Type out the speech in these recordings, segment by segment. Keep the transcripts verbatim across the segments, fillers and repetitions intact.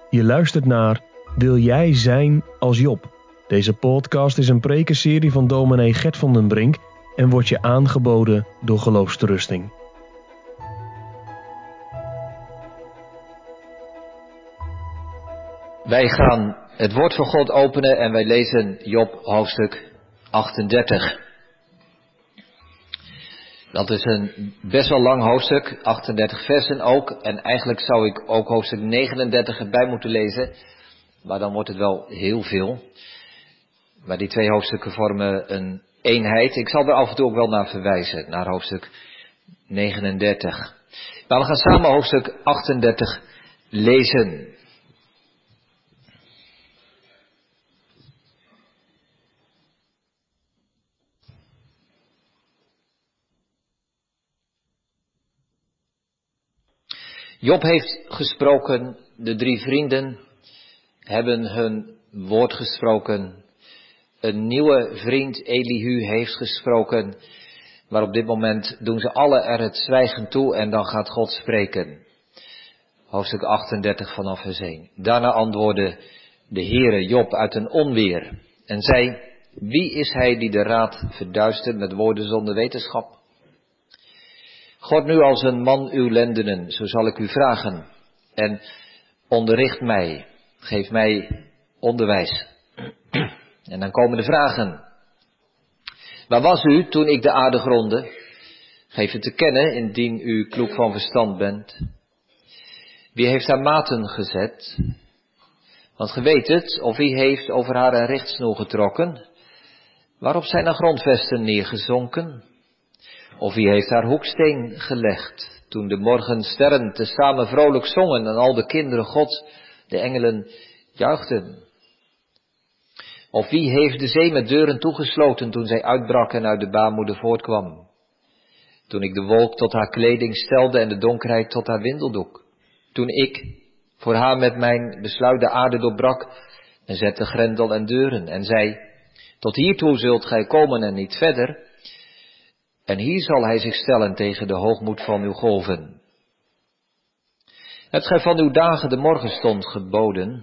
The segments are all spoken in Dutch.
Je luistert naar Wil jij zijn als Job? Deze podcast is een prekenserie van dominee Gert van den Brink en wordt je aangeboden door Geloofsterusting. Wij gaan het woord van God openen en wij lezen Job hoofdstuk achtendertig. Dat is een best wel lang hoofdstuk, achtendertig versen ook. En eigenlijk zou ik ook hoofdstuk negenendertig erbij moeten lezen. Maar dan wordt het wel heel veel. Maar die twee hoofdstukken vormen een eenheid. Ik zal er af en toe ook wel naar verwijzen, naar hoofdstuk negenendertig. Maar we gaan samen hoofdstuk achtendertig lezen. Job heeft gesproken, de drie vrienden hebben hun woord gesproken. Een nieuwe vriend, Elihu, heeft gesproken. Maar op dit moment doen ze alle er het zwijgen toe en dan gaat God spreken. Hoofdstuk achtendertig vanaf vers één. Daarna antwoordde de Heere Job uit een onweer en zei: Wie is hij die de raad verduistert met woorden zonder wetenschap? God nu als een man uw lendenen, zo zal ik u vragen. En onderricht mij, geef mij onderwijs. En dan komen de vragen. Waar was u toen ik de aarde gronde? Geef het te kennen, indien u kloek van verstand bent. Wie heeft haar maten gezet? Want ge weet het, of wie heeft over haar een richtsnoer getrokken? Waarop zijn haar grondvesten neergezonken? Of wie heeft haar hoeksteen gelegd, toen de morgensterren tezamen vrolijk zongen en al de kinderen Gods, de engelen, juichten? Of wie heeft de zee met deuren toegesloten toen zij uitbrak en uit de baarmoeder voortkwam? Toen ik de wolk tot haar kleding stelde en de donkerheid tot haar windeldoek. Toen ik voor haar met mijn besluit de aarde doorbrak en zette grendel en deuren en zei: Tot hiertoe zult gij komen en niet verder. En hier zal hij zich stellen tegen de hoogmoed van uw golven. Hebt gij van uw dagen de morgenstond geboden?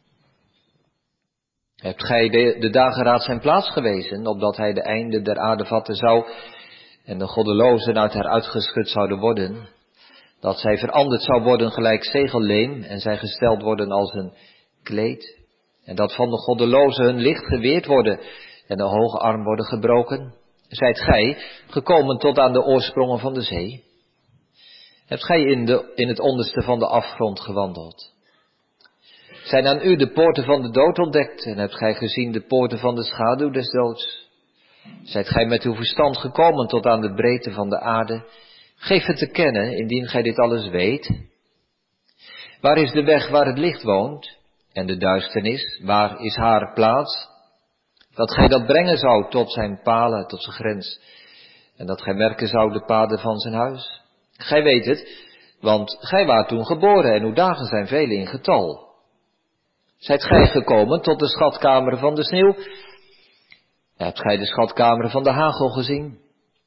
Hebt gij de, de dageraad zijn plaats gewezen, opdat hij de einde der aarde vatten zou en de goddelozen uit haar uitgeschud zouden worden? Dat zij veranderd zou worden gelijk zegelleem en zij gesteld worden als een kleed? En dat van de goddelozen hun licht geweerd worden en de hoge arm worden gebroken? Zijt gij gekomen tot aan de oorsprongen van de zee? Hebt gij in, de, in het onderste van de afgrond gewandeld? Zijn aan u de poorten van de dood ontdekt en hebt gij gezien de poorten van de schaduw des doods? Zijt gij met uw verstand gekomen tot aan de breedte van de aarde? Geef het te kennen, indien gij dit alles weet. Waar is de weg waar het licht woont? En de duisternis, waar is haar plaats? Dat gij dat brengen zou tot zijn palen, tot zijn grens. En dat gij merken zou de paden van zijn huis. Gij weet het, want gij waart toen geboren en uw dagen zijn vele in getal. Zijt gij gekomen tot de schatkamer van de sneeuw? Hebt gij de schatkamer van de hagel gezien?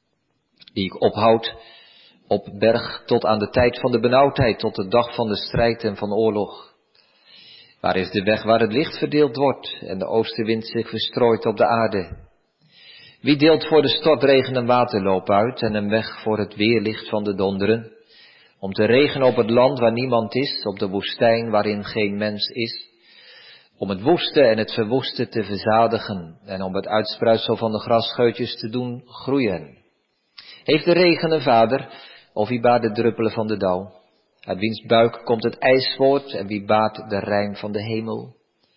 Die ik ophoud op berg tot aan de tijd van de benauwdheid, tot de dag van de strijd en van oorlog. Waar is de weg waar het licht verdeeld wordt en de oostenwind zich verstrooit op de aarde? Wie deelt voor de stortregen een waterloop uit en een weg voor het weerlicht van de donderen? Om te regenen op het land waar niemand is, op de woestijn waarin geen mens is. Om het woeste en het verwoeste te verzadigen en om het uitspruitsel van de grasscheutjes te doen groeien. Heeft de regen een vader, of wie baart de druppelen van de dauw? Uit wiens buik komt het ijs voort en wie baart de rijm van de hemel?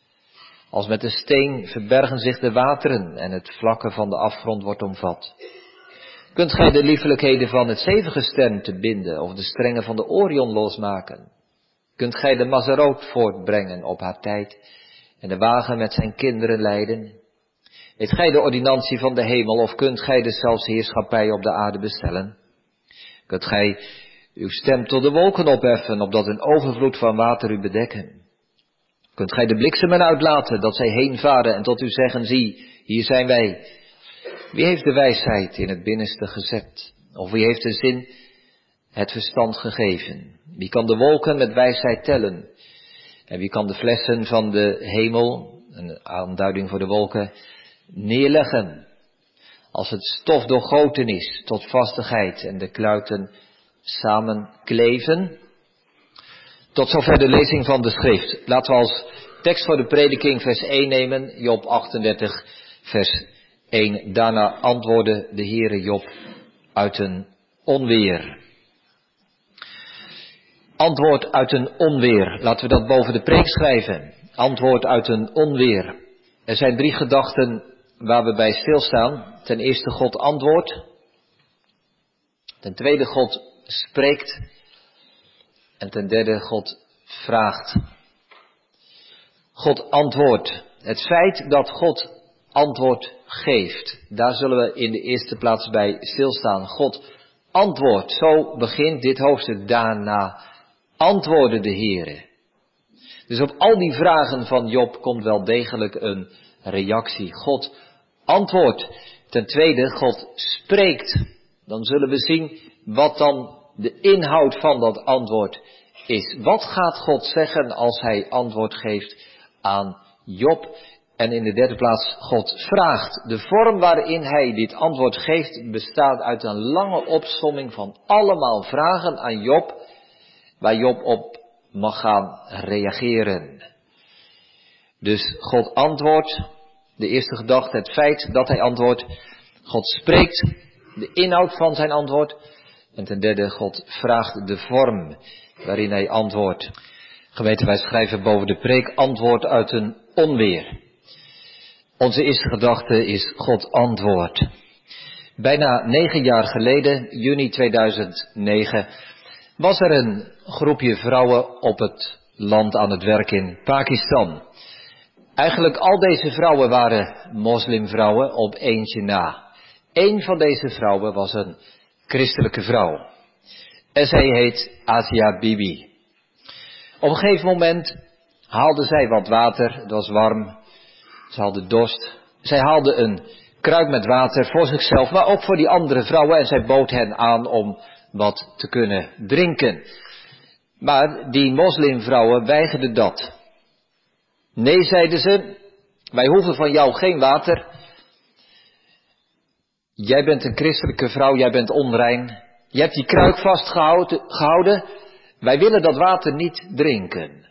Als met een steen verbergen zich de wateren en het vlakke van de afgrond wordt omvat. Kunt gij de liefelijkheden van het zevengesternte binden of de strengen van de Orion losmaken? Kunt gij de Mazeroot voortbrengen op haar tijd en de wagen met zijn kinderen leiden? Weet gij de ordinantie van de hemel of kunt gij de zelfs heerschappij op de aarde bestellen? Kunt gij uw stem tot de wolken opheffen, opdat een overvloed van water u bedekken? Kunt gij de bliksemen uitlaten, dat zij heen varen en tot u zeggen: zie, hier zijn wij. Wie heeft de wijsheid in het binnenste gezet? Of wie heeft de zin het verstand gegeven? Wie kan de wolken met wijsheid tellen? En wie kan de flessen van de hemel, een aanduiding voor de wolken, neerleggen? Als het stof doorgoten is tot vastigheid en de kluiten samenkleven. Tot zover de lezing van de schrift. Laten we als tekst voor de prediking vers één nemen. Job achtendertig vers één. Daarna antwoordde de Heere Job uit een onweer. Antwoord uit een onweer. Laten we dat boven de preek schrijven. Antwoord uit een onweer. Er zijn drie gedachten waar we bij stilstaan. Ten eerste, God antwoordt. Ten tweede, God spreekt. En ten derde, God vraagt. God antwoordt. Het feit dat God antwoord geeft. Daar zullen we in de eerste plaats bij stilstaan. God antwoordt. Zo begint dit hoofdstuk. Daarna antwoordde de Heere. Dus op al die vragen van Job komt wel degelijk een reactie. God antwoordt. Ten tweede, God spreekt. Dan zullen we zien wat dan de inhoud van dat antwoord is. Wat gaat God zeggen als hij antwoord geeft aan Job? En in de derde plaats, God vraagt. De vorm waarin hij dit antwoord geeft bestaat uit een lange opsomming van allemaal vragen aan Job, waar Job op mag gaan reageren. Dus God antwoordt. De eerste gedachte, het feit dat hij antwoordt. God spreekt, de inhoud van zijn antwoord. En ten derde, God vraagt de vorm waarin hij antwoordt. Gemeente, wij schrijven boven de preek antwoord uit een onweer. Onze eerste gedachte is God antwoordt. Bijna negen jaar geleden, juni tweeduizend negen, was er een groepje vrouwen op het land aan het werk in Pakistan. Eigenlijk al deze vrouwen waren moslimvrouwen op eentje na. Eén van deze vrouwen was een christelijke vrouw. En zij heet Asia Bibi. Op een gegeven moment haalde zij wat water. Het was warm. Ze hadden dorst. Zij haalde een kruik met water voor zichzelf, maar ook voor die andere vrouwen. En zij bood hen aan om wat te kunnen drinken. Maar die moslimvrouwen weigerden dat. Nee, zeiden ze, wij hoeven van jou geen water. Jij bent een christelijke vrouw, jij bent onrein. Je hebt die kruik vastgehouden. Wij willen dat water niet drinken.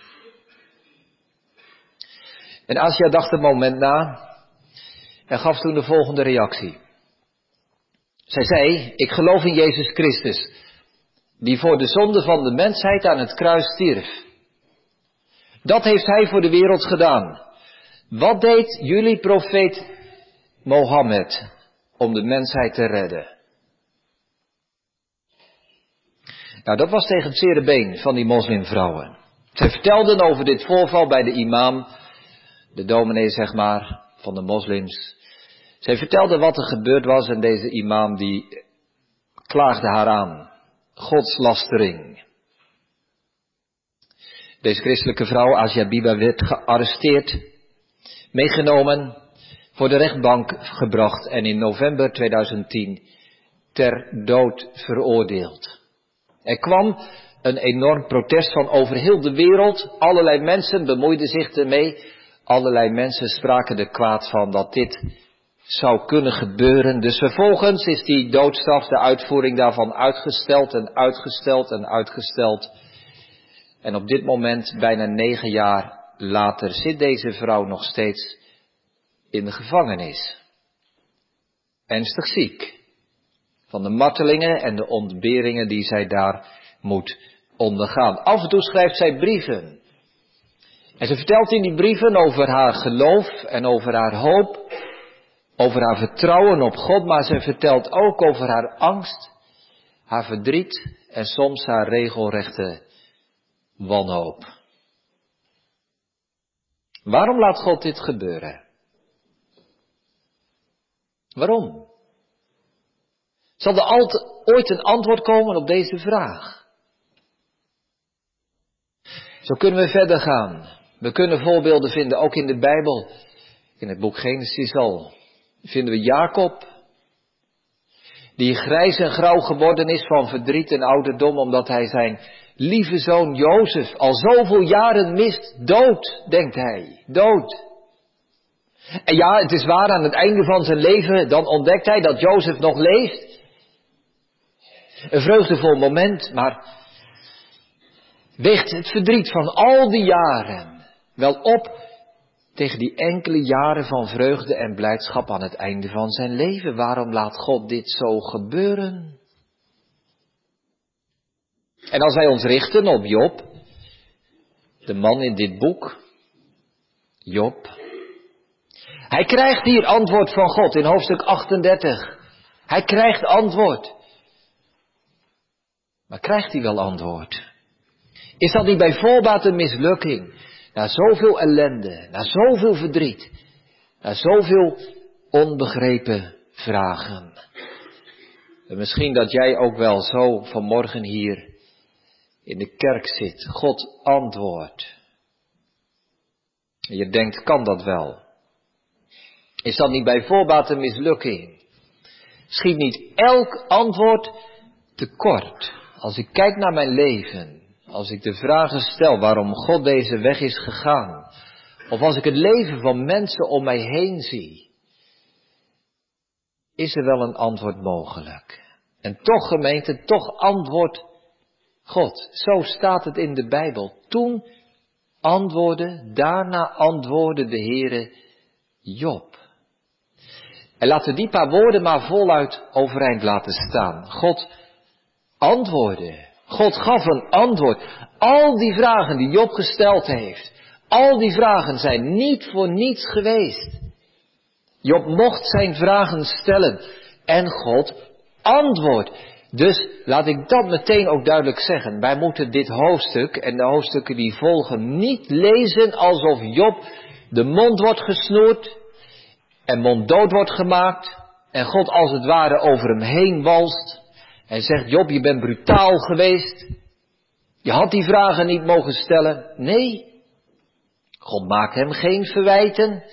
En Asia dacht een moment na en gaf toen de volgende reactie. Zij zei, ik geloof in Jezus Christus, die voor de zonde van de mensheid aan het kruis stierf. Dat heeft hij voor de wereld gedaan. Wat deed jullie profeet Mohammed om de mensheid te redden? Nou, dat was tegen het zere been van die moslimvrouwen. Zij vertelden over dit voorval bij de imam, de dominee zeg maar, van de moslims. Zij vertelden wat er gebeurd was en deze imam die klaagde haar aan. Godslastering. Deze christelijke vrouw, Asia Bibi, werd gearresteerd, meegenomen, voor de rechtbank gebracht en in november tweeduizend tien ter dood veroordeeld. Er kwam een enorm protest van over heel de wereld. Allerlei mensen bemoeiden zich ermee. Allerlei mensen spraken er kwaad van dat dit zou kunnen gebeuren. Dus vervolgens is die doodstraf, de uitvoering daarvan uitgesteld en uitgesteld en uitgesteld. En op dit moment, bijna negen jaar later, zit deze vrouw nog steeds in de gevangenis. Ernstig ziek. Van de martelingen en de ontberingen die zij daar moet ondergaan. Af en toe schrijft zij brieven. En ze vertelt in die brieven over haar geloof en over haar hoop. Over haar vertrouwen op God. Maar ze vertelt ook over haar angst, haar verdriet en soms haar regelrechte wanhoop. Waarom laat God dit gebeuren? Waarom? Zal er altijd ooit een antwoord komen op deze vraag? Zo kunnen we verder gaan. We kunnen voorbeelden vinden, ook in de Bijbel. In het boek Genesis al vinden we Jacob, die grijs en grauw geworden is van verdriet en ouderdom, omdat hij zijn lieve zoon Jozef al zoveel jaren mist. Dood, denkt hij, dood. En ja, het is waar, aan het einde van zijn leven, dan ontdekt hij dat Jozef nog leeft. Een vreugdevol moment, maar weegt het verdriet van al die jaren wel op tegen die enkele jaren van vreugde en blijdschap aan het einde van zijn leven? Waarom laat God dit zo gebeuren? En als wij ons richten op Job, de man in dit boek, Job, hij krijgt hier antwoord van God in hoofdstuk achtendertig. Hij krijgt antwoord. Maar krijgt hij wel antwoord? Is dat niet bij voorbaat een mislukking? Na zoveel ellende, na zoveel verdriet, na zoveel onbegrepen vragen. En misschien dat jij ook wel zo vanmorgen hier in de kerk zit. God antwoordt. En je denkt, kan dat wel? Is dat niet bij voorbaat een mislukking? Schiet niet elk antwoord tekort? Als ik kijk naar mijn leven, als ik de vragen stel waarom God deze weg is gegaan, of als ik het leven van mensen om mij heen zie, is er wel een antwoord mogelijk. En toch, gemeente, toch antwoordt God. Zo staat het in de Bijbel. Toen antwoordde, daarna antwoordde de Heere Job. En laten we die paar woorden maar voluit overeind laten staan. God antwoordde. God gaf een antwoord. Al die vragen die Job gesteld heeft, al die vragen zijn niet voor niets geweest. Job mocht zijn vragen stellen en God antwoordt. Dus laat ik dat meteen ook duidelijk zeggen. Wij moeten dit hoofdstuk en de hoofdstukken die volgen niet lezen alsof Job de mond wordt gesnoerd en monddood wordt gemaakt en God als het ware over hem heen walst en zegt: Job, je bent brutaal geweest. Je had die vragen niet mogen stellen. Nee, God maakt hem geen verwijten.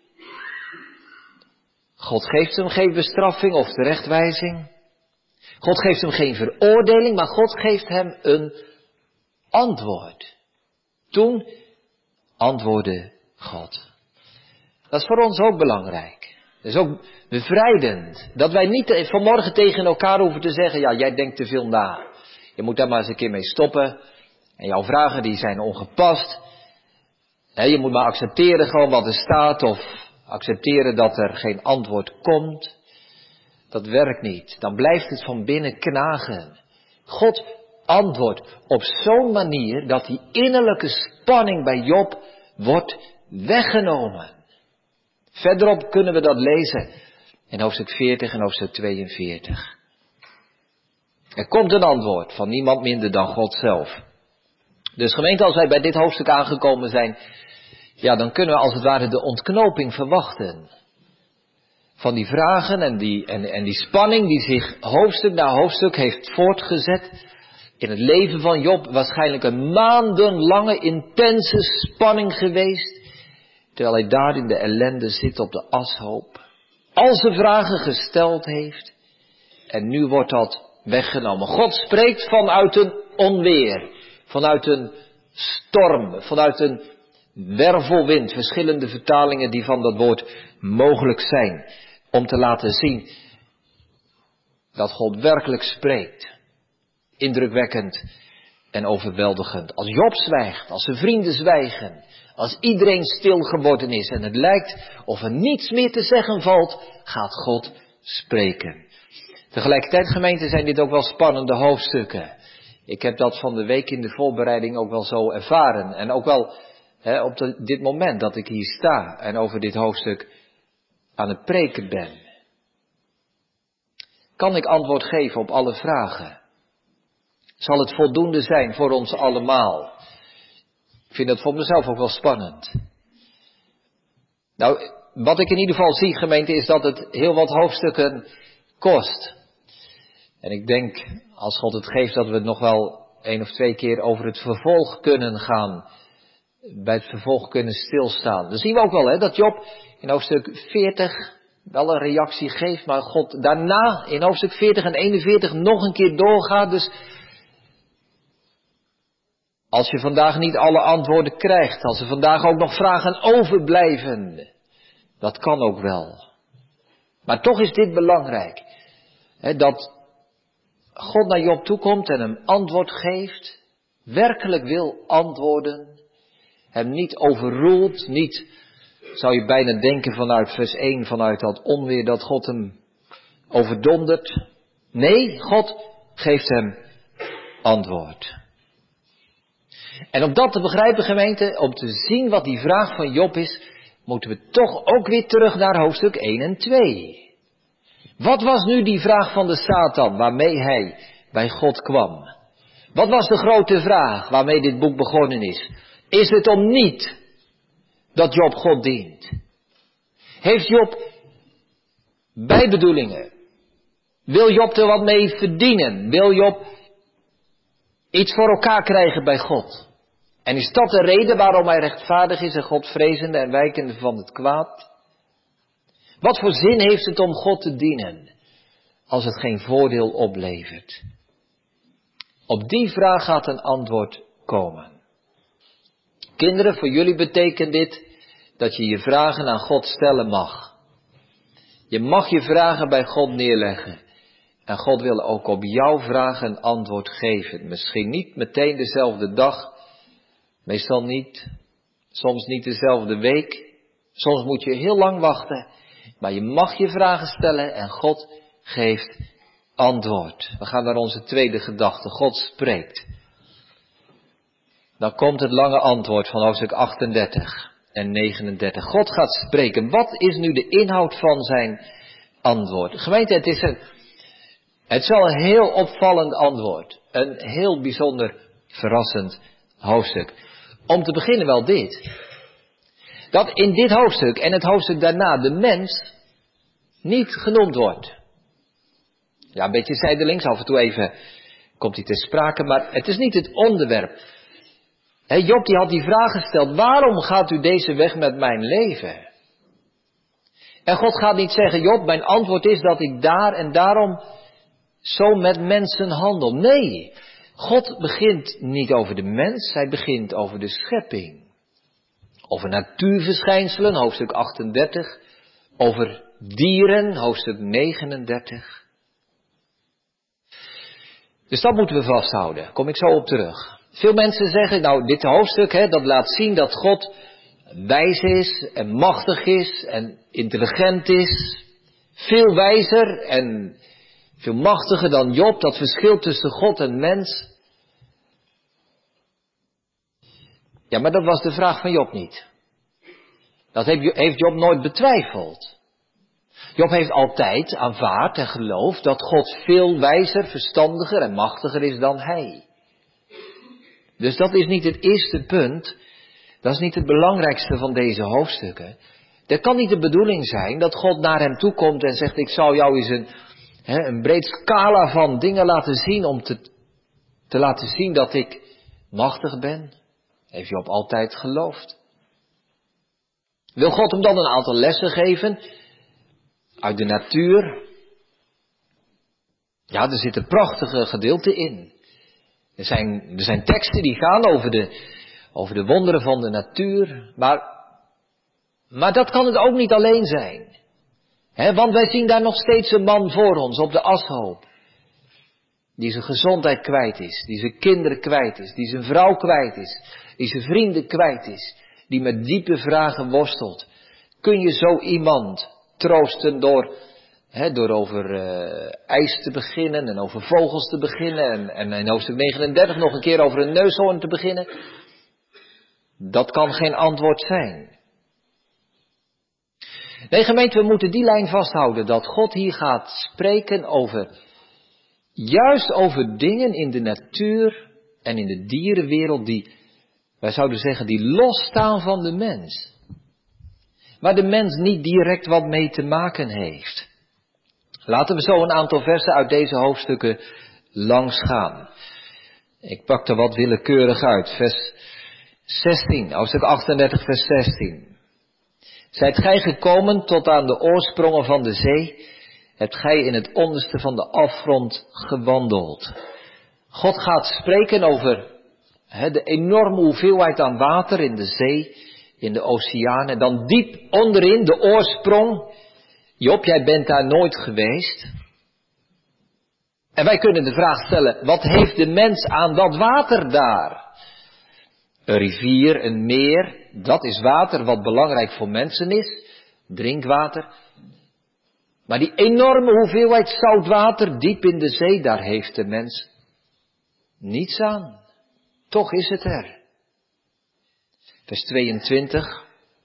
God geeft hem geen bestraffing of terechtwijzing. God geeft hem geen veroordeling, maar God geeft hem een antwoord. Toen antwoordde God. Dat is voor ons ook belangrijk. Dat is ook bevrijdend. Dat wij niet vanmorgen tegen elkaar hoeven te zeggen: ja, jij denkt te veel na. Je moet daar maar eens een keer mee stoppen. En jouw vragen die zijn ongepast. Je moet maar accepteren gewoon wat er staat. Of accepteren dat er geen antwoord komt. Dat werkt niet. Dan blijft het van binnen knagen. God antwoordt op zo'n manier dat die innerlijke spanning bij Job wordt weggenomen. Verderop kunnen we dat lezen in hoofdstuk veertig en hoofdstuk tweeënveertig. Er komt een antwoord van niemand minder dan God zelf. Dus gemeente, als wij bij dit hoofdstuk aangekomen zijn, ja, dan kunnen we als het ware de ontknoping verwachten. Van die vragen en die, en, en die spanning die zich hoofdstuk na hoofdstuk heeft voortgezet in het leven van Job. Waarschijnlijk een maandenlange intense spanning geweest. Terwijl hij daar in de ellende zit op de ashoop. Al zijn vragen gesteld heeft. En nu wordt dat weggenomen. God spreekt vanuit een onweer. Vanuit een storm. Vanuit een wervelwind. Verschillende vertalingen die van dat woord mogelijk zijn. Om te laten zien dat God werkelijk spreekt. Indrukwekkend en overweldigend. Als Job zwijgt, als zijn vrienden zwijgen, als iedereen stil geworden is en het lijkt of er niets meer te zeggen valt, gaat God spreken. Tegelijkertijd, gemeente, zijn dit ook wel spannende hoofdstukken. Ik heb dat van de week in de voorbereiding ook wel zo ervaren. En ook wel he, op de, dit moment dat ik hier sta en over dit hoofdstuk aan het preken ben. Kan ik antwoord geven op alle vragen? Zal het voldoende zijn voor ons allemaal? Ik vind dat voor mezelf ook wel spannend. Nou, wat ik in ieder geval zie, gemeente, is dat het heel wat hoofdstukken kost. En ik denk, als God het geeft, dat we het nog wel één of twee keer over het vervolg kunnen gaan. Bij het vervolg kunnen stilstaan. Dan zien we ook wel, hè, dat Job in hoofdstuk veertig wel een reactie geeft, maar God daarna in hoofdstuk veertig en eenenveertig nog een keer doorgaat. Dus Als je vandaag niet alle antwoorden krijgt, als er vandaag ook nog vragen overblijven, dat kan ook wel. Maar toch is dit belangrijk, hè, dat God naar Job toekomt en hem antwoord geeft, werkelijk wil antwoorden, hem niet overroelt, niet, zou je bijna denken vanuit vers één, vanuit dat onweer dat God hem overdondert. Nee, God geeft hem antwoord. En om dat te begrijpen, gemeente, om te zien wat die vraag van Job is, moeten we toch ook weer terug naar hoofdstuk één en twee. Wat was nu die vraag van de Satan waarmee hij bij God kwam? Wat was de grote vraag waarmee dit boek begonnen is? Is het om niet dat Job God dient? Heeft Job bijbedoelingen? Wil Job er wat mee verdienen? Wil Job iets voor elkaar krijgen bij God? En is dat de reden waarom hij rechtvaardig is en Godvrezende en wijkende van het kwaad? Wat voor zin heeft het om God te dienen als het geen voordeel oplevert? Op die vraag gaat een antwoord komen. Kinderen, voor jullie betekent dit dat je je vragen aan God stellen mag. Je mag je vragen bij God neerleggen. En God wil ook op jouw vragen een antwoord geven. Misschien niet meteen dezelfde dag. Meestal niet. Soms niet dezelfde week. Soms moet je heel lang wachten. Maar je mag je vragen stellen en God geeft antwoord. We gaan naar onze tweede gedachte. God spreekt. Dan komt het lange antwoord van hoofdstuk achtendertig en negenendertig. God gaat spreken. Wat is nu de inhoud van zijn antwoord? Gemeente, het is een, het is wel een heel opvallend antwoord. Een heel bijzonder verrassend hoofdstuk. Om te beginnen wel dit. Dat in dit hoofdstuk en het hoofdstuk daarna de mens niet genoemd wordt. Ja, een beetje zijdelings, af en toe even komt hij ter sprake, maar het is niet het onderwerp. He, Job die had die vraag gesteld, waarom gaat u deze weg met mijn leven? En God gaat niet zeggen, Job, mijn antwoord is dat ik daar en daarom zo met mensen handel. Nee, God begint niet over de mens, hij begint over de schepping. Over natuurverschijnselen, hoofdstuk achtendertig. Over dieren, hoofdstuk negenendertig. Dus dat moeten we vasthouden, daar kom ik zo op terug. Veel mensen zeggen, nou dit hoofdstuk, hè, dat laat zien dat God wijs is en machtig is en intelligent is. Veel wijzer en veel machtiger dan Job, dat verschil tussen God en mens. Ja, maar dat was de vraag van Job niet. Dat heeft Job nooit betwijfeld. Job heeft altijd aanvaard en geloofd dat God veel wijzer, verstandiger en machtiger is dan hij. Dus dat is niet het eerste punt. Dat is niet het belangrijkste van deze hoofdstukken. Er kan niet de bedoeling zijn dat God naar hem toe komt en zegt, ik zal jou eens een, hè, een breed scala van dingen laten zien om te, te laten zien dat ik machtig ben. Heeft Job altijd geloofd. Wil God hem dan een aantal lessen geven uit de natuur? Ja, er zitten prachtige gedeelten in. Er zijn, er zijn teksten die gaan over de, over de wonderen van de natuur. Maar, maar dat kan het ook niet alleen zijn. He, want wij zien daar nog steeds een man voor ons op de ashoop. Die zijn gezondheid kwijt is. Die zijn kinderen kwijt is. Die zijn vrouw kwijt is. Die zijn vrienden kwijt is. Die met diepe vragen worstelt. Kun je zo iemand troosten door, he, door over uh, ijs te beginnen en over vogels te beginnen en, en in hoofdstuk negenendertig nog een keer over een neushoorn te beginnen? Dat kan geen antwoord zijn. Nee, gemeente, we moeten die lijn vasthouden dat God hier gaat spreken over, juist over dingen in de natuur en in de dierenwereld die, wij zouden zeggen, die losstaan van de mens. Waar de mens niet direct wat mee te maken heeft. Laten we zo een aantal versen uit deze hoofdstukken langs gaan. Ik pak er wat willekeurig uit. Vers zestien, hoofdstuk achtendertig, vers zestien. Zijt gij gekomen tot aan de oorsprongen van de zee? Hebt gij in het onderste van de afgrond gewandeld? God gaat spreken over He, de enorme hoeveelheid aan water in de zee, in de oceaan. En dan diep onderin de oorsprong. Job, jij bent daar nooit geweest. En wij kunnen de vraag stellen, wat heeft de mens aan dat water daar? Een rivier, een meer, dat is water wat belangrijk voor mensen is. Drinkwater. Maar die enorme hoeveelheid zout water diep in de zee, daar heeft de mens niets aan. Toch is het er. Vers tweeëntwintig.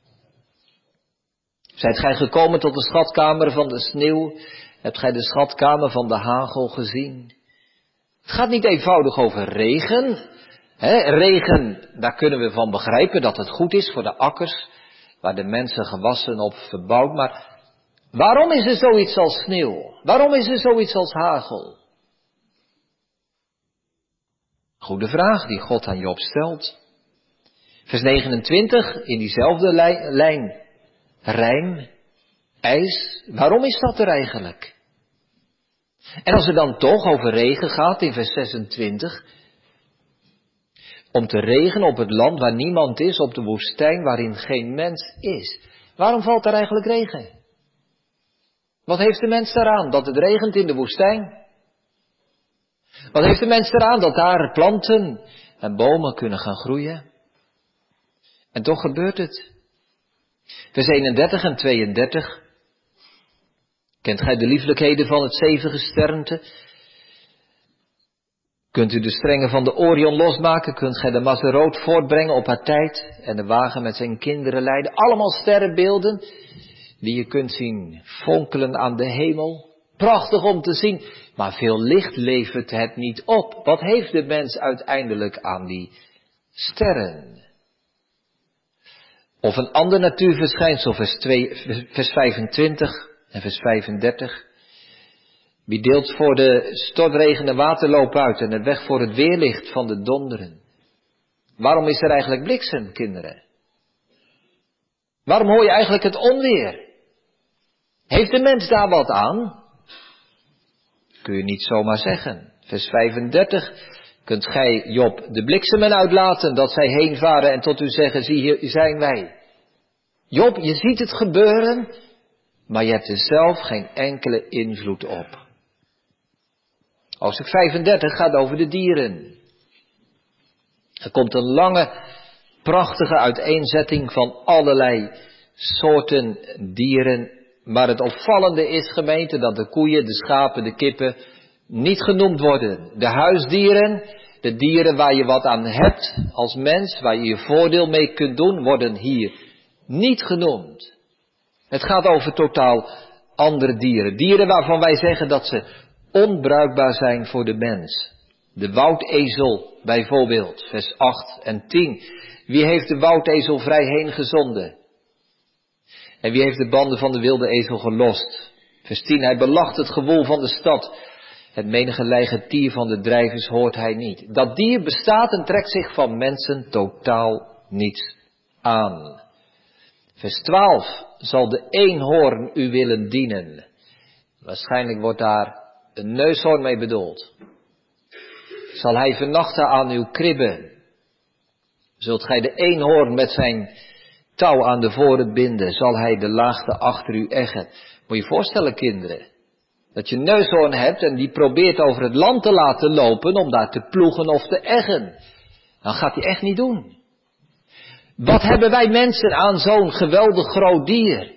Zijt gij gekomen tot de schatkamer van de sneeuw? Hebt gij de schatkamer van de hagel gezien? Het gaat niet eenvoudig over regen. He, regen, daar kunnen we van begrijpen dat het goed is voor de akkers, waar de mensen gewassen op verbouwt. Maar waarom is er zoiets als sneeuw? Waarom is er zoiets als hagel? Goede vraag die God aan Job stelt. Vers negenentwintig, in diezelfde lijn. Rijm, ijs, waarom is dat er eigenlijk? En als het dan toch over regen gaat in vers zesentwintig. Om te regenen op het land waar niemand is, op de woestijn waarin geen mens is. Waarom valt er eigenlijk regen? Wat heeft de mens daaraan dat het regent in de woestijn? Wat heeft de mens eraan dat daar planten en bomen kunnen gaan groeien? En toch gebeurt het. Vers eenendertig en tweeëndertig. Kent gij de lieflijkheden van het zevengesternte? Kunt u de strengen van de Orion losmaken? Kunt gij de Mazeroot voortbrengen op haar tijd? En de wagen met zijn kinderen leiden? Allemaal sterrenbeelden die je kunt zien fonkelen aan de hemel. Prachtig om te zien, maar veel licht levert het niet op. Wat heeft de mens uiteindelijk aan die sterren? Of een ander natuurverschijnsel, vers, twee, vers vijfentwintig en vers vijfendertig. Wie deelt voor de stortregen de waterloop uit en de weg voor het weerlicht van de donderen? Waarom is er eigenlijk bliksem, kinderen? Waarom hoor je eigenlijk het onweer? Heeft de mens daar wat aan? Kun je niet zomaar zeggen. Vers vijfendertig. Kunt gij Job de bliksemen uitlaten, dat zij heen varen en tot u zeggen, zie hier zijn wij. Job, je ziet het gebeuren, maar je hebt er zelf geen enkele invloed op. Hoofdstuk vijfendertig gaat over de dieren. Er komt een lange, prachtige uiteenzetting van allerlei soorten dieren. Maar het opvallende is, gemeente, dat de koeien, de schapen, de kippen niet genoemd worden. De huisdieren, de dieren waar je wat aan hebt als mens, waar je je voordeel mee kunt doen, worden hier niet genoemd. Het gaat over totaal andere dieren. Dieren waarvan wij zeggen dat ze onbruikbaar zijn voor de mens. De woudezel bijvoorbeeld, vers acht en tien. Wie heeft de woudezel vrij heen gezonden? En wie heeft de banden van de wilde ezel gelost? Vers tien, hij belacht het gewoel van de stad. Het menige legertier van de drijvers hoort hij niet. Dat dier bestaat en trekt zich van mensen totaal niets aan. Vers twaalf, zal de eenhoorn u willen dienen? Waarschijnlijk wordt daar een neushoorn mee bedoeld. Zal hij vernachten aan uw kribben? Zult gij de eenhoorn met zijn touw aan de voren binden? Zal hij de laagte achter u eggen? Moet je je voorstellen, kinderen, dat je een neushoorn hebt en die probeert over het land te laten lopen om daar te ploegen of te eggen. Dan gaat hij echt niet doen. Wat hebben wij mensen aan zo'n geweldig groot dier?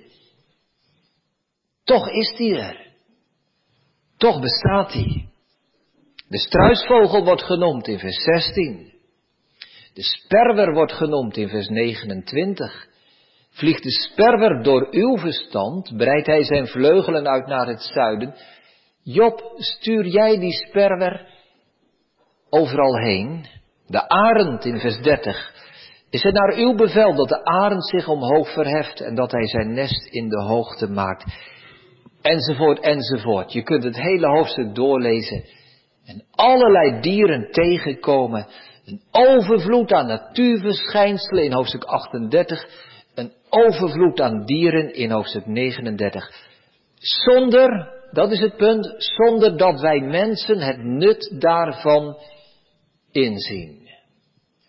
Toch is die er. Toch bestaat die. De struisvogel wordt genoemd in vers zestien. De sperwer wordt genoemd in vers negenentwintig. Vliegt de sperwer door uw verstand, breidt hij zijn vleugelen uit naar het zuiden. Job, stuur jij die sperwer overal heen? De arend in vers dertig. Is het naar uw bevel dat de arend zich omhoog verheft en dat hij zijn nest in de hoogte maakt? Enzovoort, enzovoort. Je kunt het hele hoofdstuk doorlezen en allerlei dieren tegenkomen. Een overvloed aan natuurverschijnselen in hoofdstuk achtendertig. Een overvloed aan dieren in hoofdstuk negenendertig. Zonder, dat is het punt, zonder dat wij mensen het nut daarvan inzien.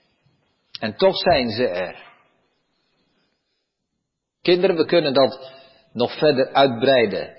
En toch zijn ze er. Kinderen, we kunnen dat nog verder uitbreiden.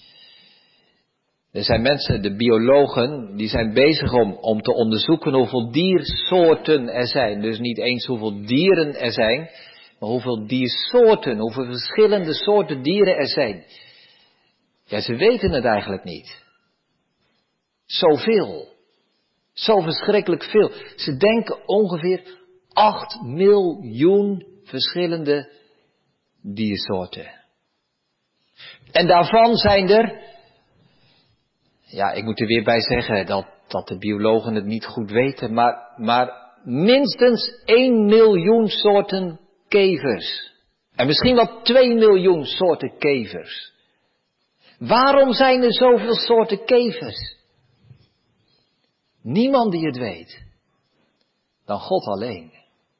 Er zijn mensen, de biologen, die zijn bezig om, om te onderzoeken hoeveel diersoorten er zijn. Dus niet eens hoeveel dieren er zijn, maar hoeveel diersoorten, hoeveel verschillende soorten dieren er zijn. Ja, ze weten het eigenlijk niet. Zoveel. Zo verschrikkelijk veel. Ze denken ongeveer acht miljoen verschillende diersoorten. En daarvan zijn er, ja, ik moet er weer bij zeggen dat, dat de biologen het niet goed weten, maar, maar minstens één miljoen soorten kevers. En misschien wel twee miljoen soorten kevers. Waarom zijn er zoveel soorten kevers? Niemand die het weet, dan God alleen.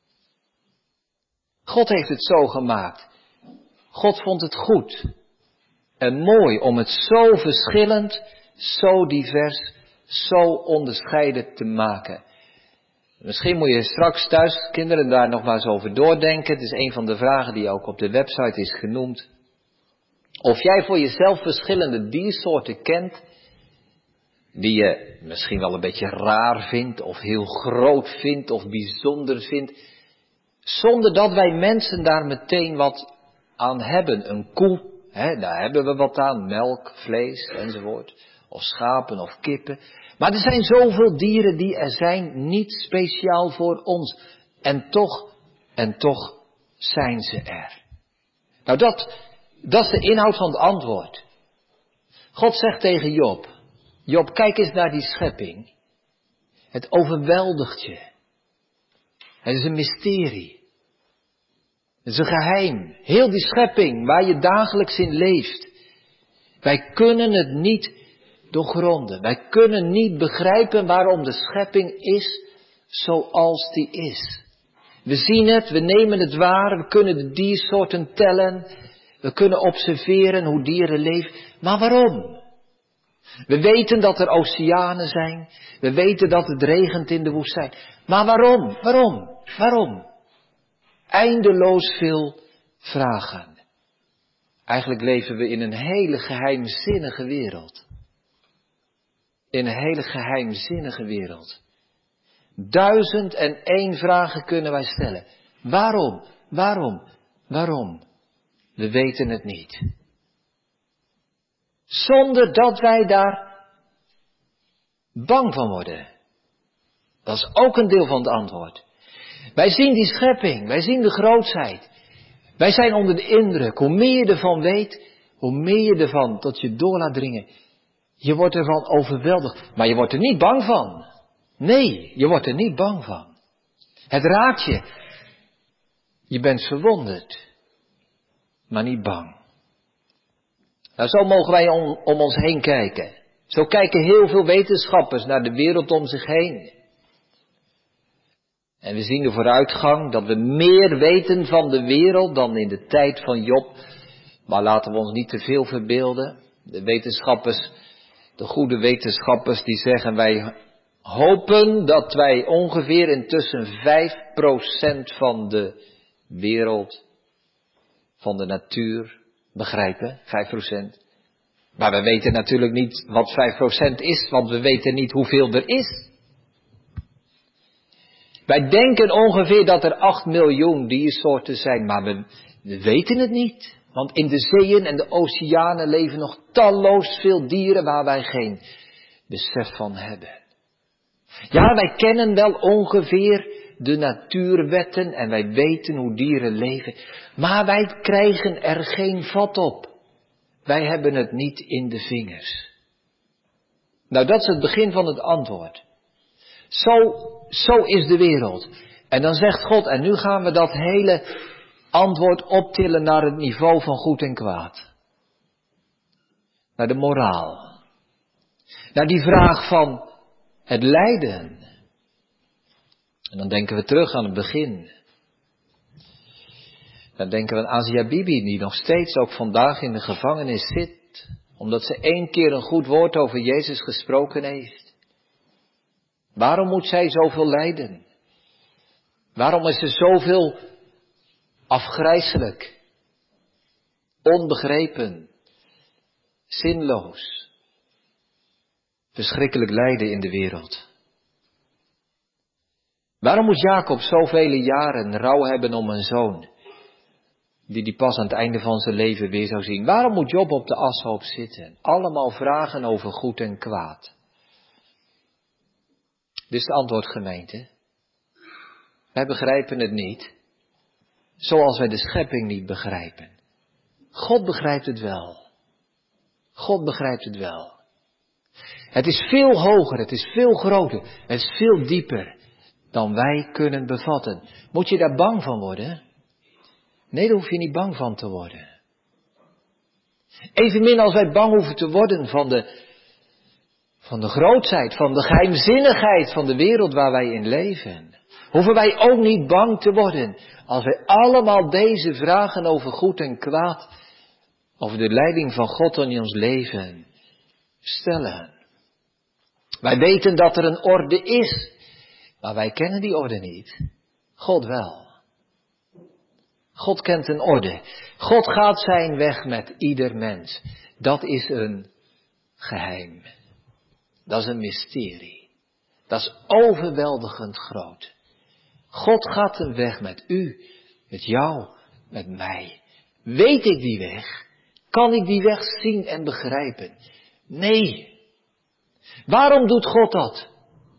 God heeft het zo gemaakt. God vond het goed en mooi om het zo verschillend, zo divers, zo onderscheiden te maken. Misschien moet je straks thuis, kinderen, daar nog maar eens over doordenken. Het is een van de vragen die ook op de website is genoemd. Of jij voor jezelf verschillende diersoorten kent, die je misschien wel een beetje raar vindt, of heel groot vindt, of bijzonder vindt, zonder dat wij mensen daar meteen wat aan hebben. Een koe, hè, daar hebben we wat aan, melk, vlees enzovoort, of schapen of kippen. Maar er zijn zoveel dieren die er zijn, niet speciaal voor ons. En toch, en toch zijn ze er. Nou dat, dat is de inhoud van het antwoord. God zegt tegen Job, Job, kijk eens naar die schepping. Het overweldigt je. Het is een mysterie. Het is een geheim. Heel die schepping waar je dagelijks in leeft. Wij kunnen het niet doorgronden. Wij kunnen niet begrijpen waarom de schepping is zoals die is. We zien het, we nemen het waar, we kunnen de diersoorten tellen. We kunnen observeren hoe dieren leven. Maar waarom? We weten dat er oceanen zijn. We weten dat het regent in de woestijn. Maar waarom? Waarom? Waarom? Eindeloos veel vragen. Eigenlijk leven we in een hele geheimzinnige wereld. In een hele geheimzinnige wereld. Duizend en één vragen kunnen wij stellen. Waarom? Waarom? Waarom? We weten het niet. Zonder dat wij daar bang van worden. Dat is ook een deel van het antwoord. Wij zien die schepping, wij zien de grootheid. Wij zijn onder de indruk. Hoe meer je ervan weet, hoe meer je ervan tot je door laat dringen. Je wordt ervan overweldigd, maar je wordt er niet bang van. Nee, je wordt er niet bang van. Het raakt je. Je bent verwonderd, maar niet bang. Nou, zo mogen wij om, om ons heen kijken. Zo kijken heel veel wetenschappers naar de wereld om zich heen. En we zien de vooruitgang dat we meer weten van de wereld dan in de tijd van Job. Maar laten we ons niet te veel verbeelden. De wetenschappers, de goede wetenschappers die zeggen wij hopen dat wij ongeveer intussen vijf procent van de wereld, van de natuur begrijpen. vijf procent. Maar we weten natuurlijk niet wat vijf procent is, want we weten niet hoeveel er is. Wij denken ongeveer dat er acht miljoen diersoorten zijn, maar we, we weten het niet. Want in de zeeën en de oceanen leven nog talloos veel dieren waar wij geen besef van hebben. Ja, wij kennen wel ongeveer de natuurwetten en wij weten hoe dieren leven, maar wij krijgen er geen vat op. Wij hebben het niet in de vingers. Nou, dat is het begin van het antwoord. Zo, zo is de wereld. En dan zegt God, en nu gaan we dat hele antwoord optillen naar het niveau van goed en kwaad. Naar de moraal. Naar die vraag van het lijden. En dan denken we terug aan het begin. Dan denken we aan Asia Bibi, die nog steeds ook vandaag in de gevangenis zit. Omdat ze één keer een goed woord over Jezus gesproken heeft. Waarom moet zij zoveel lijden? Waarom is er zoveel afgrijselijk, onbegrepen, zinloos, verschrikkelijk lijden in de wereld? Waarom moet Jacob zoveel jaren rouw hebben om een zoon, die die pas aan het einde van zijn leven weer zou zien? Waarom moet Job op de ashoop zitten? Allemaal vragen over goed en kwaad. Dit is het antwoord, gemeente. Wij begrijpen het niet, zoals wij de schepping niet begrijpen. God begrijpt het wel. God begrijpt het wel. Het is veel hoger, het is veel groter, het is veel dieper dan wij kunnen bevatten. Moet je daar bang van worden? Nee, daar hoef je niet bang van te worden. Evenmin als wij bang hoeven te worden van de, van de grootheid, van de geheimzinnigheid van de wereld waar wij in leven. Hoeven wij ook niet bang te worden als wij allemaal deze vragen over goed en kwaad, over de leiding van God in ons leven stellen. Wij weten dat er een orde is, maar wij kennen die orde niet. God wel. God kent een orde. God gaat zijn weg met ieder mens. Dat is een geheim. Dat is een mysterie. Dat is overweldigend groot. God gaat een weg met u, met jou, met mij. Weet ik die weg? Kan ik die weg zien en begrijpen? Nee. Waarom doet God dat?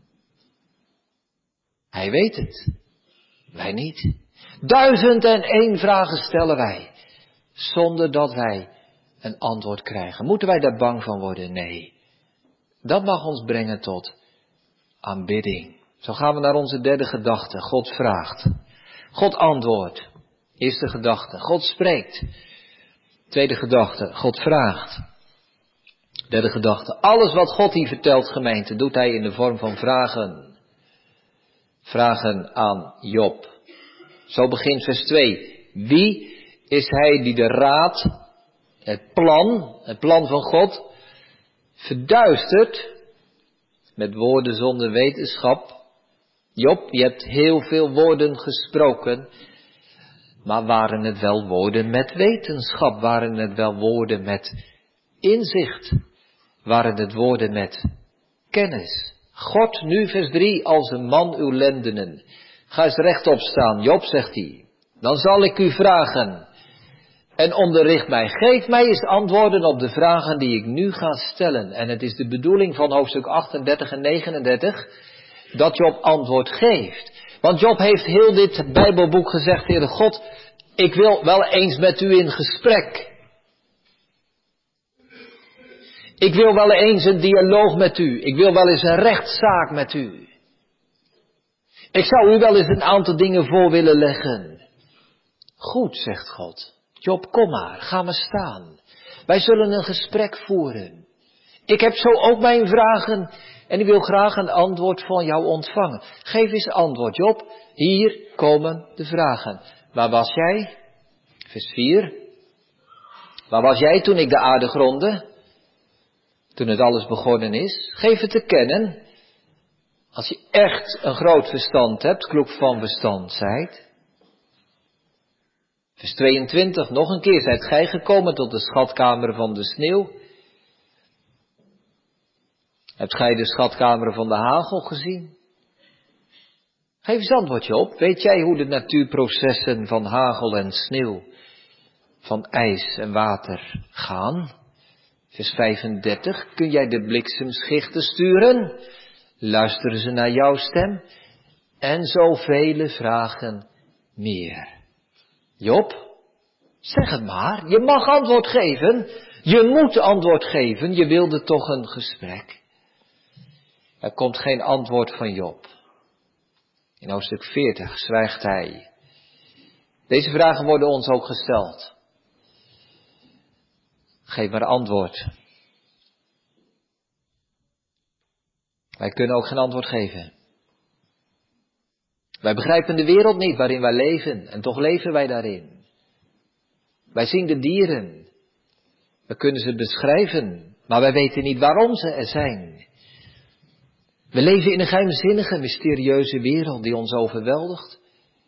Hij weet het. Wij niet. Duizend en één vragen stellen wij, zonder dat wij een antwoord krijgen. Moeten wij daar bang van worden? Nee. Dat mag ons brengen tot aanbidding. Zo gaan we naar onze derde gedachte. God vraagt. God antwoordt. Eerste gedachte. God spreekt. Tweede gedachte. God vraagt. Derde gedachte. Alles wat God hier vertelt, gemeente, doet hij in de vorm van vragen. Vragen aan Job. Zo begint vers twee. Wie is hij die de raad, het plan, het plan van God, verduistert met woorden zonder wetenschap? Job, je hebt heel veel woorden gesproken, maar waren het wel woorden met wetenschap? Waren het wel woorden met inzicht? Waren het woorden met kennis? God, nu vers drie, als een man uw lendenen. Ga eens rechtop staan, Job, zegt hij. Dan zal ik u vragen en onderricht mij. Geef mij eens antwoorden op de vragen die ik nu ga stellen. En het is de bedoeling van hoofdstuk achtendertig en negenendertig dat Job antwoord geeft. Want Job heeft heel dit Bijbelboek gezegd, Heere God, ik wil wel eens met u in gesprek. Ik wil wel eens een dialoog met u. Ik wil wel eens een rechtszaak met u. Ik zou u wel eens een aantal dingen voor willen leggen. Goed, zegt God. Job, kom maar, ga maar staan. Wij zullen een gesprek voeren. Ik heb zo ook mijn vragen en ik wil graag een antwoord van jou ontvangen. Geef eens antwoord, Job. Hier komen de vragen. Waar was jij? Vers vier. Waar was jij toen ik de aarde grondde? Toen het alles begonnen is? Geef het te kennen. Als je echt een groot verstand hebt, kloek van verstand zijt. Vers tweeëntwintig, nog een keer, zijt gij gekomen tot de schatkamer van de sneeuw? Hebt gij de schatkamer van de hagel gezien? Geef eens antwoordje op. Weet jij hoe de natuurprocessen van hagel en sneeuw, van ijs en water gaan? Vers vijfendertig, kun jij de bliksemschichten sturen? Luisteren ze naar jouw stem? En zoveel vragen meer. Job, zeg het maar. Je mag antwoord geven. Je moet antwoord geven. Je wilde toch een gesprek. Er komt geen antwoord van Job. In hoofdstuk veertig zwijgt hij. Deze vragen worden ons ook gesteld. Geef maar antwoord. Wij kunnen ook geen antwoord geven. Wij begrijpen de wereld niet waarin wij leven en toch leven wij daarin. Wij zien de dieren. We kunnen ze beschrijven, maar wij weten niet waarom ze er zijn. We leven in een geheimzinnige, mysterieuze wereld die ons overweldigt.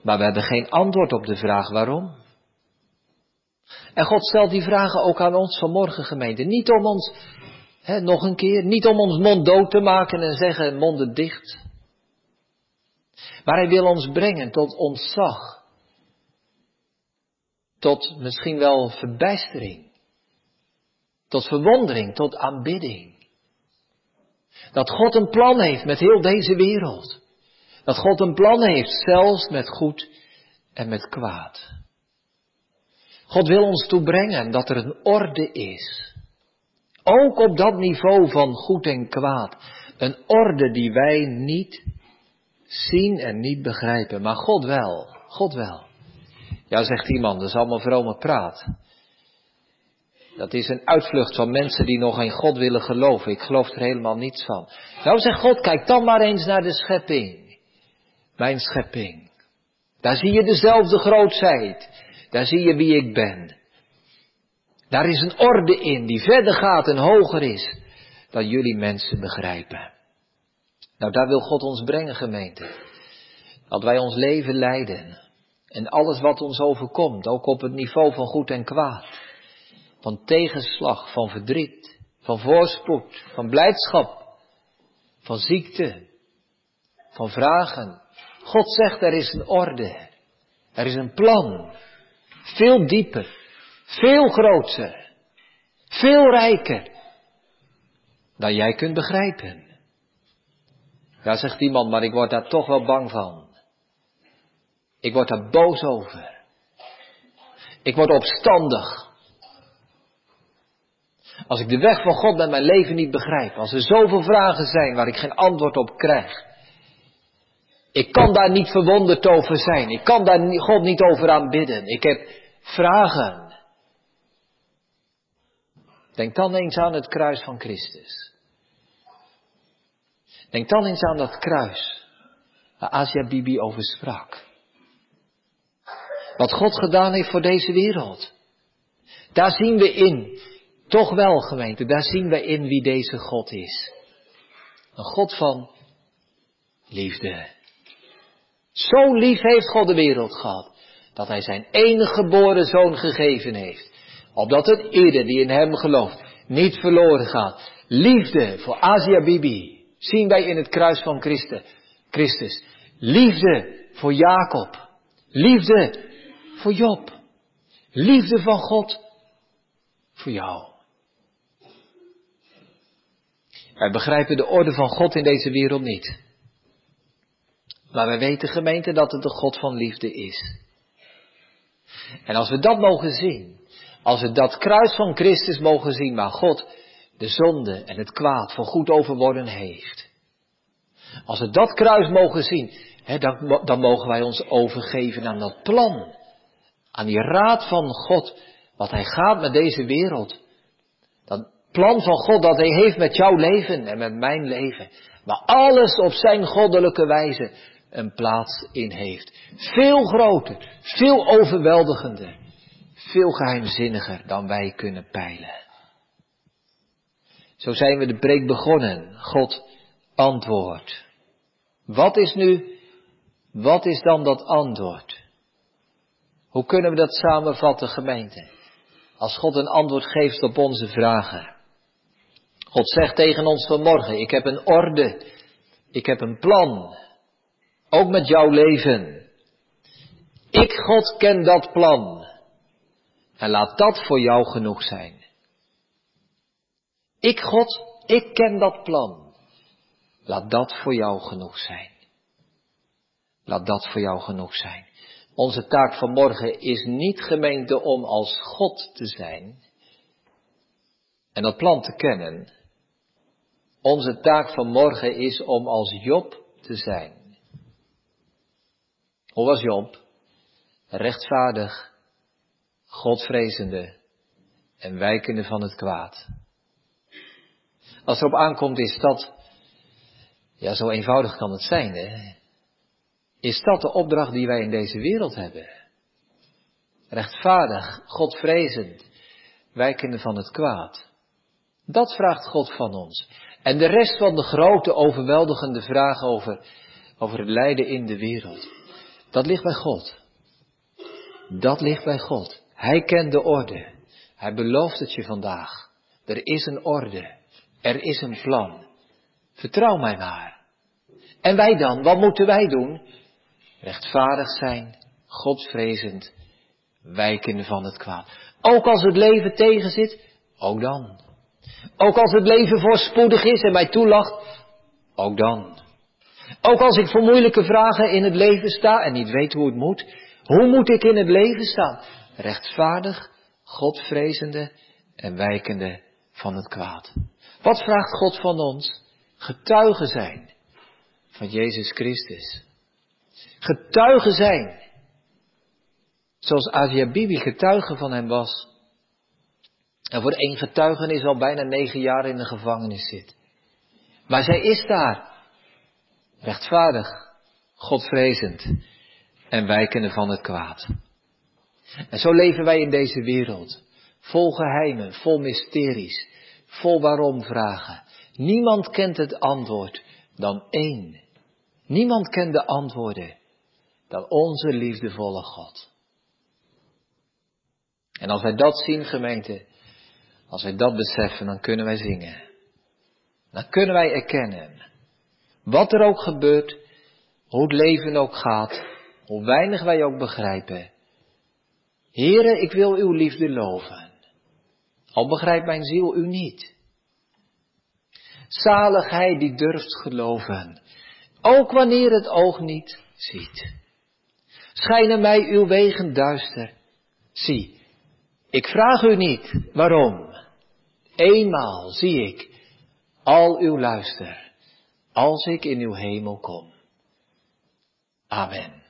Maar we hebben geen antwoord op de vraag waarom. En God stelt die vragen ook aan ons vanmorgen, gemeente. Niet om ons, hè, nog een keer, niet om ons mond dood te maken en zeggen monden dicht. Maar hij wil ons brengen tot ontzag. Tot misschien wel verbijstering. Tot verwondering, tot aanbidding. Dat God een plan heeft met heel deze wereld. Dat God een plan heeft, zelfs met goed en met kwaad. God wil ons toebrengen dat er een orde is. Ook op dat niveau van goed en kwaad. Een orde die wij niet zien en niet begrijpen. Maar God wel. God wel. Ja, zegt iemand, dat is allemaal vrome praat. Dat is een uitvlucht van mensen die nog in God willen geloven. Ik geloof er helemaal niets van. Nou, zegt God, kijk dan maar eens naar de schepping. Mijn schepping. Daar zie je dezelfde grootheid. Daar zie je wie ik ben. Daar is een orde in die verder gaat en hoger is dan jullie mensen begrijpen. Nou, daar wil God ons brengen, gemeente. Dat wij ons leven leiden. En alles wat ons overkomt, ook op het niveau van goed en kwaad. Van tegenslag, van verdriet, van voorspoed, van blijdschap, van ziekte, van vragen. God zegt, er is een orde. Er is een plan. Veel dieper, veel groter, veel rijker dan jij kunt begrijpen. Ja, zegt iemand, maar ik word daar toch wel bang van. Ik word daar boos over. Ik word opstandig. Als ik de weg van God met mijn leven niet begrijp. Als er zoveel vragen zijn waar ik geen antwoord op krijg. Ik kan daar niet verwonderd over zijn. Ik kan daar God niet over aanbidden. Ik heb vragen. Denk dan eens aan het kruis van Christus. Denk dan eens aan dat kruis waar Asia Bibi over sprak. Wat God gedaan heeft voor deze wereld. Daar zien we in, toch wel gemeente, daar zien we in wie deze God is. Een God van liefde. Zo lief heeft God de wereld gehad, dat hij zijn enige geboren zoon gegeven heeft. Opdat het ieder die in hem gelooft niet verloren gaat. Liefde voor Asia Bibi zien wij in het kruis van Christus. Liefde voor Jacob. Liefde voor Job. Liefde van God voor jou. Wij begrijpen de orde van God in deze wereld niet. Maar wij weten, gemeente, dat het de God van liefde is. En als we dat mogen zien, als we dat kruis van Christus mogen zien, waar God de zonde en het kwaad voor goed overwonnen heeft. Als we dat kruis mogen zien, hè, dan, dan mogen wij ons overgeven aan dat plan. Aan die raad van God, wat hij gaat met deze wereld. Dat plan van God dat hij heeft met jouw leven en met mijn leven. Waar alles op zijn goddelijke wijze een plaats in heeft. Veel groter, veel overweldigender, veel geheimzinniger dan wij kunnen peilen. Zo zijn we de preek begonnen. God antwoordt. Wat is nu, wat is dan dat antwoord? Hoe kunnen we dat samenvatten, gemeente? Als God een antwoord geeft op onze vragen. God zegt tegen ons vanmorgen, ik heb een orde, ik heb een plan. Ook met jouw leven. Ik, God, ken dat plan. En laat dat voor jou genoeg zijn. Ik, God, ik ken dat plan. Laat dat voor jou genoeg zijn. Laat dat voor jou genoeg zijn. Onze taak vanmorgen is niet, gemeente, om als God te zijn en dat plan te kennen. Onze taak vanmorgen is om als Job te zijn. Hoe was Job? Rechtvaardig, Godvrezende en wijkende van het kwaad. Als het erop aankomt, is dat, ja, zo eenvoudig kan het zijn, hè? Is dat de opdracht die wij in deze wereld hebben? Rechtvaardig, Godvrezend, wijkende van het kwaad. Dat vraagt God van ons. En de rest van de grote, overweldigende vragen over, over het lijden in de wereld. Dat ligt bij God. Dat ligt bij God. Hij kent de orde. Hij belooft het je vandaag. Er is een orde. Er is een plan. Vertrouw mij maar. En wij dan, wat moeten wij doen? Rechtvaardig zijn, Godvrezend, wijken van het kwaad. Ook als het leven tegenzit, ook dan. Ook als het leven voorspoedig is en mij toelacht, ook dan. Ook als ik voor moeilijke vragen in het leven sta en niet weet hoe het moet. Hoe moet ik in het leven staan? Rechtvaardig, Godvrezende en wijkende van het kwaad. Wat vraagt God van ons? Getuigen zijn van Jezus Christus. Getuigen zijn. Zoals Asia Bibi getuige van hem was. En voor één getuigenis al bijna negen jaar in de gevangenis zit. Maar zij is daar. Rechtvaardig, Godvrezend en wijkende van het kwaad. En zo leven wij in deze wereld. Vol geheimen, vol mysteries, vol waarom vragen. Niemand kent het antwoord dan één. Niemand kent de antwoorden dan onze liefdevolle God. En als wij dat zien, gemeente, als wij dat beseffen, dan kunnen wij zingen. Dan kunnen wij erkennen, wat er ook gebeurt, hoe het leven ook gaat, hoe weinig wij ook begrijpen. Heere, ik wil uw liefde loven, al begrijpt mijn ziel u niet. Zalig hij die durft geloven, ook wanneer het oog niet ziet. Schijnen mij uw wegen duister, zie, ik vraag u niet waarom. Eenmaal zie ik al uw luister, als ik in uw hemel kom. Amen.